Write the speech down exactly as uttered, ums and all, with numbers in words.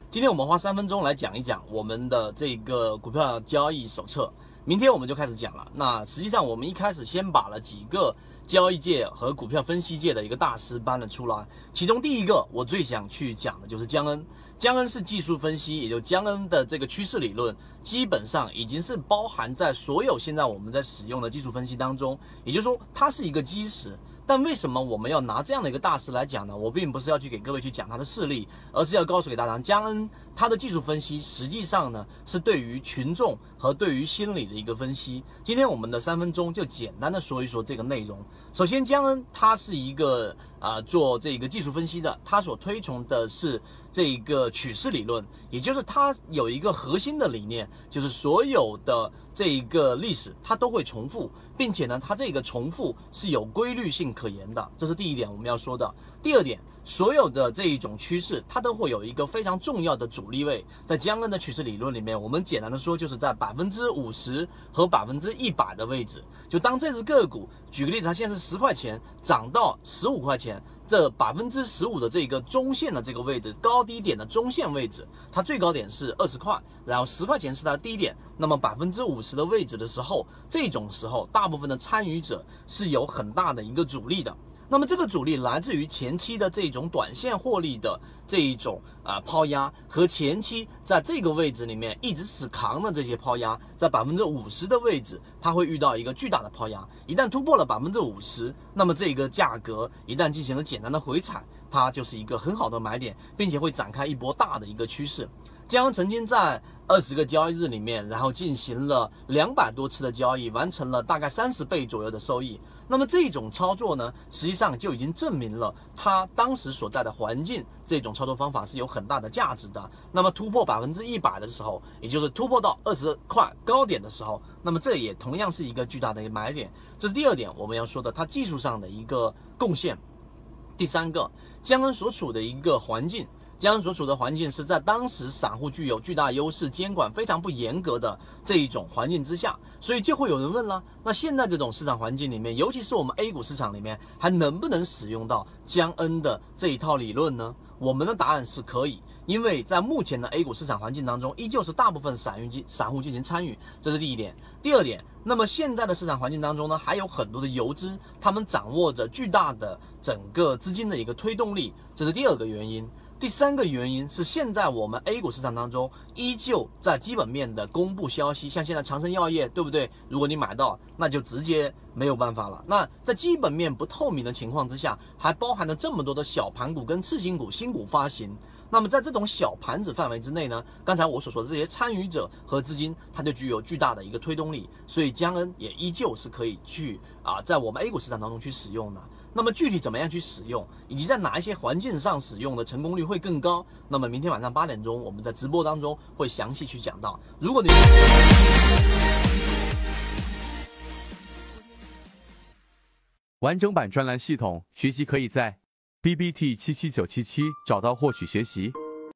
今天我们花三分钟来讲一讲我们的这个股票交易手册，明天我们就开始讲了。那实际上我们一开始先把了几个交易界和股票分析界的一个大师搬了出来，其中第一个我最想去讲的就是江恩。江恩是技术分析，也就江恩的这个趋势理论，基本上已经是包含在所有现在我们在使用的技术分析当中，也就是说它是一个基石。但为什么我们要拿这样的一个大师来讲呢？我并不是要去给各位去讲他的事例，而是要告诉给大家，江恩他的技术分析实际上呢是对于群众和对于心理的一个分析。今天我们的三分钟就简单的说一说这个内容。首先，江恩他是一个啊、呃、做这个技术分析的，他所推崇的是这个趋势理论，也就是他有一个核心的理念，就是所有的这一个历史它都会重复，并且呢，它这个重复是有规律性可言的，这是第一点我们要说的。第二点，所有的这一种趋势，它都会有一个非常重要的阻力位，在江恩的趋势理论里面，我们简单的说，就是在百分之五十和百分之一百的位置。就当这只个股，举个例子，它现在是十块钱，涨到十五块钱。这百分之十五的这个中线的这个位置，高低点的中线位置，它最高点是二十块，然后十块钱是它的低点。那么百分之五十的位置的时候，这种时候大部分的参与者是有很大的一个阻力的。那么这个阻力来自于前期的这种短线获利的这一种啊、呃、抛压，和前期在这个位置里面一直死扛的这些抛压，在百分之五十的位置，它会遇到一个巨大的抛压。一旦突破了百分之五十，那么这个价格一旦进行了简单的回踩，它就是一个很好的买点，并且会展开一波大的一个趋势。江恩曾经在二十个交易日里面，然后进行了两百多次的交易，完成了大概三十倍左右的收益。那么这种操作呢，实际上就已经证明了他当时所在的环境，这种操作方法是有很大的价值的。那么突破百分之一百的时候，也就是突破到二十块高点的时候，那么这也同样是一个巨大的一个买点。这是第二点我们要说的，它技术上的一个贡献。第三个，江恩所处的一个环境。江恩所处的环境是在当时散户具有巨大优势、监管非常不严格的这一种环境之下，所以就会有人问了，那现在这种市场环境里面，尤其是我们 A 股市场里面，还能不能使用到江恩的这一套理论呢？我们的答案是可以，因为在目前的 A 股市场环境当中，依旧是大部分散户散户进行参与，这是第一点。第二点，那么现在的市场环境当中呢，还有很多的游资，他们掌握着巨大的整个资金的一个推动力，这是第二个原因。第三个原因是，现在我们 A 股市场当中依旧在基本面的公布消息，像现在长生药业，对不对？如果你买到，那就直接没有办法了。那在基本面不透明的情况之下，还包含了这么多的小盘股跟次新股新股发行。那么在这种小盘子范围之内呢，刚才我所说的这些参与者和资金，它就具有巨大的一个推动力，所以江恩也依旧是可以去啊，在我们 A 股市场当中去使用的。那么具体怎么样去使用，以及在哪一些环境上使用的成功率会更高？那么明天晚上八点钟，我们在直播当中会详细去讲到。如果你完整版专栏系统学习可以在 B B T 七七九七七找到获取学习。